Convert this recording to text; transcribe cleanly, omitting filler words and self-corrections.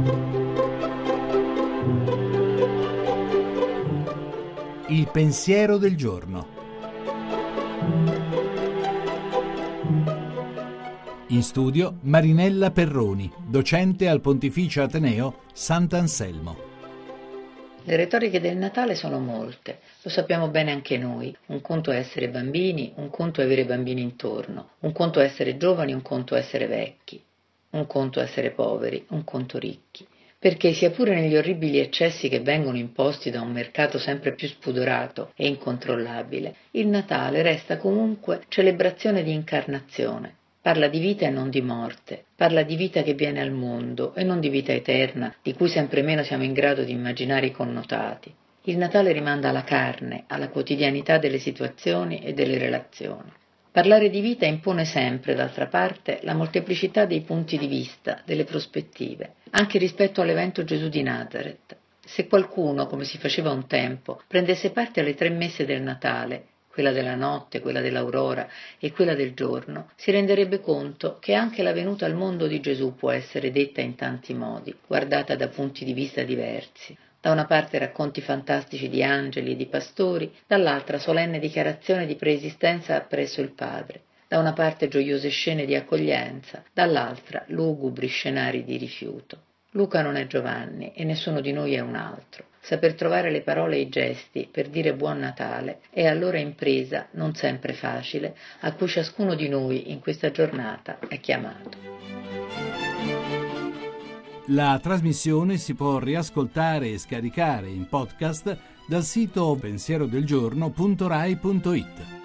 Il pensiero del giorno. In studio Marinella Perroni, docente al Pontificio Ateneo Sant'Anselmo. Le retoriche del Natale sono molte, lo sappiamo bene anche noi. Un conto è essere bambini, un conto è avere bambini intorno, un conto è essere giovani, un conto è essere vecchi, un conto è essere poveri, un conto ricchi. Perché sia pure negli orribili eccessi che vengono imposti da un mercato sempre più spudorato e incontrollabile, il Natale resta comunque celebrazione di incarnazione. Parla di vita e non di morte, parla di vita che viene al mondo e non di vita eterna, di cui sempre meno siamo in grado di immaginare i connotati. Il Natale rimanda alla carne, alla quotidianità delle situazioni e delle relazioni. Parlare di vita impone sempre, d'altra parte, la molteplicità dei punti di vista, delle prospettive, anche rispetto all'evento Gesù di Nazaret. Se qualcuno, come si faceva un tempo, prendesse parte alle 3 messe del Natale, quella della notte, quella dell'aurora e quella del giorno, si renderebbe conto che anche la venuta al mondo di Gesù può essere detta in tanti modi, guardata da punti di vista diversi. Da una parte racconti fantastici di angeli e di pastori, dall'altra solenne dichiarazione di preesistenza presso il Padre. Da una parte gioiose scene di accoglienza, dall'altra lugubri scenari di rifiuto. Luca non è Giovanni e nessuno di noi è un altro. Saper trovare le parole e i gesti per dire Buon Natale è allora impresa, non sempre facile, a cui ciascuno di noi in questa giornata è chiamato. La trasmissione si può riascoltare e scaricare in podcast dal sito pensierodelgiorno.rai.it.